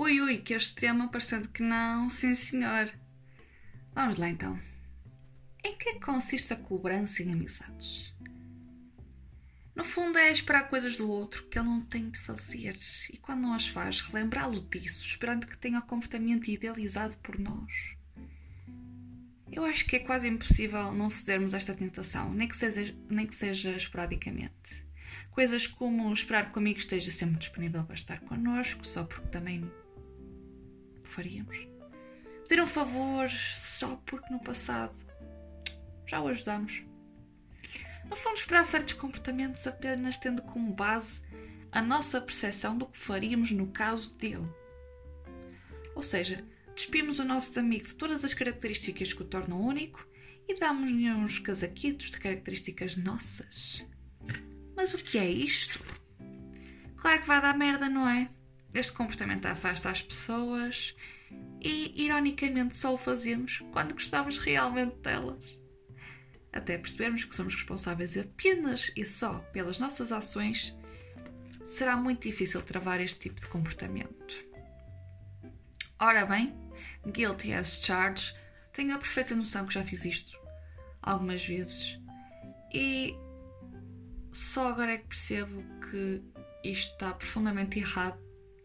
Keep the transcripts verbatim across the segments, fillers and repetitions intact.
Ui, ui, que este tema parecendo que não, sim senhor. Vamos lá então. Em que consiste a cobrança em amizades? No fundo é esperar coisas do outro que ele não tem de fazer e quando não as faz, relembrá-lo disso, esperando que tenha o comportamento idealizado por nós. Eu acho que é quase impossível não cedermos a esta tentação, nem que seja, nem que seja esporadicamente. Coisas como esperar que o amigo esteja sempre disponível para estar connosco, só porque também o faríamos. Pedir um favor só porque no passado já o ajudamos. No fundo, esperar certos comportamentos apenas tendo como base a nossa percepção do que faríamos no caso dele. Ou seja, despimos o nosso amigo de todas as características que o tornam único e damos-lhe uns casaquitos de características nossas. Mas o que é isto? Claro que vai dar merda, não é? Este comportamento afasta as pessoas e, ironicamente, só o fazemos quando gostamos realmente delas. Até percebermos que somos responsáveis apenas e só pelas nossas ações, será muito difícil travar este tipo de comportamento. Ora bem, guilty as charged, tenho a perfeita noção que já fiz isto algumas vezes e só agora é que percebo que isto está profundamente errado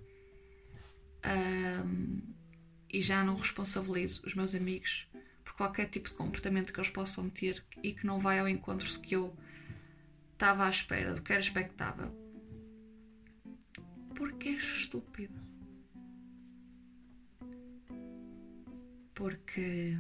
um, e já não responsabilizo os meus amigos por qualquer tipo de comportamento que eles possam ter e que não vai ao encontro do que eu estava à espera, do que era expectável. Porque é estúpido. Porque...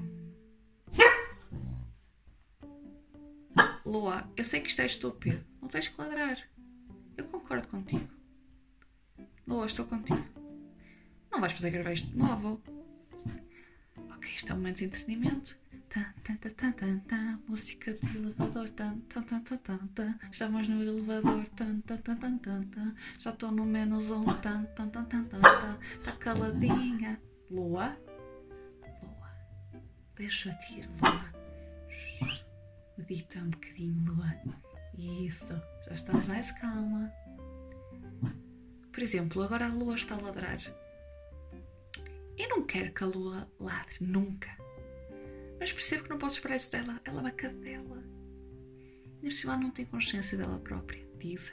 Lua, eu sei que isto é estúpido. Não tens que ladrar. Eu concordo contigo. Lua, estou contigo. Não vais fazer gravar isto de novo. Ok, isto é um momento de entretenimento. Tan, tan, tan, tan, tan, tan. Música de elevador. Tan, tan, tan, tan, tan, tan. Estamos no elevador. Tan, tan, tan, tan, tan, tan. Já estou no menos um. Tan, tan, tan, tan, tan, tan. Está caladinha. Lua? Lua. Deixa-te ir, Lua. Medita um bocadinho, Lua. Isso. Já estás mais calma. Por exemplo, agora a Lua está a ladrar. Eu não quero que a Lua ladre, nunca. Mas percebo que não posso esperar isso dela. Ela é uma cadela. E por cima não tem consciência dela própria, dizem.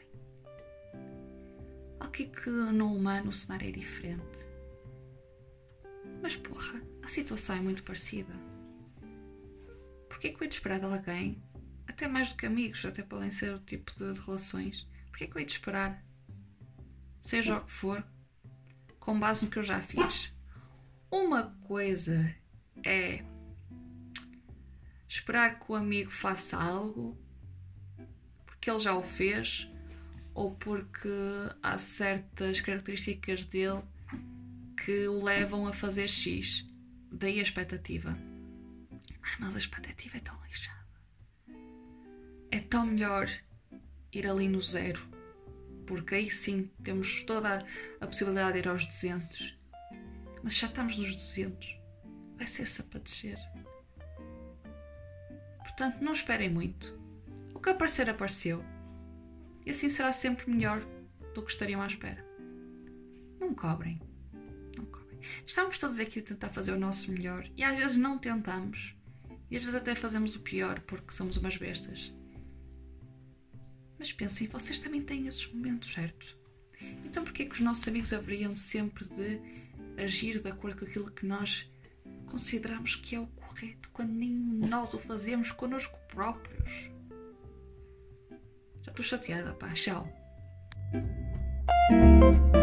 Ok que no humano o cenário é diferente. Mas porra, a situação é muito parecida. Porquê que eu hei de esperar de alguém, até mais do que amigos, até podem ser o tipo de relações, porquê que eu hei de esperar, seja o que for, com base no que eu já fiz? Uma coisa é esperar que o amigo faça algo porque ele já o fez ou porque há certas características dele que o levam a fazer X. Daí a expectativa. Ah, mas a expectativa é tão lixada. É tão melhor ir ali no zero, porque aí sim temos toda a possibilidade de ir aos duzentos. Mas já estamos nos duzentos. Vai ser essa para descer. Portanto, não esperem muito. O que aparecer, apareceu. E assim será sempre melhor do que estariam à espera. Não cobrem. Não cobrem. Estamos todos aqui a tentar fazer o nosso melhor e às vezes não tentamos. E às vezes até fazemos o pior porque somos umas bestas. Mas pensem, vocês também têm esses momentos, certo? Então porquê que os nossos amigos haveriam sempre de agir de acordo com aquilo que nós consideramos que é o correto, quando nem nós o fazemos connosco próprios? Já estou chateada, pá, tchau.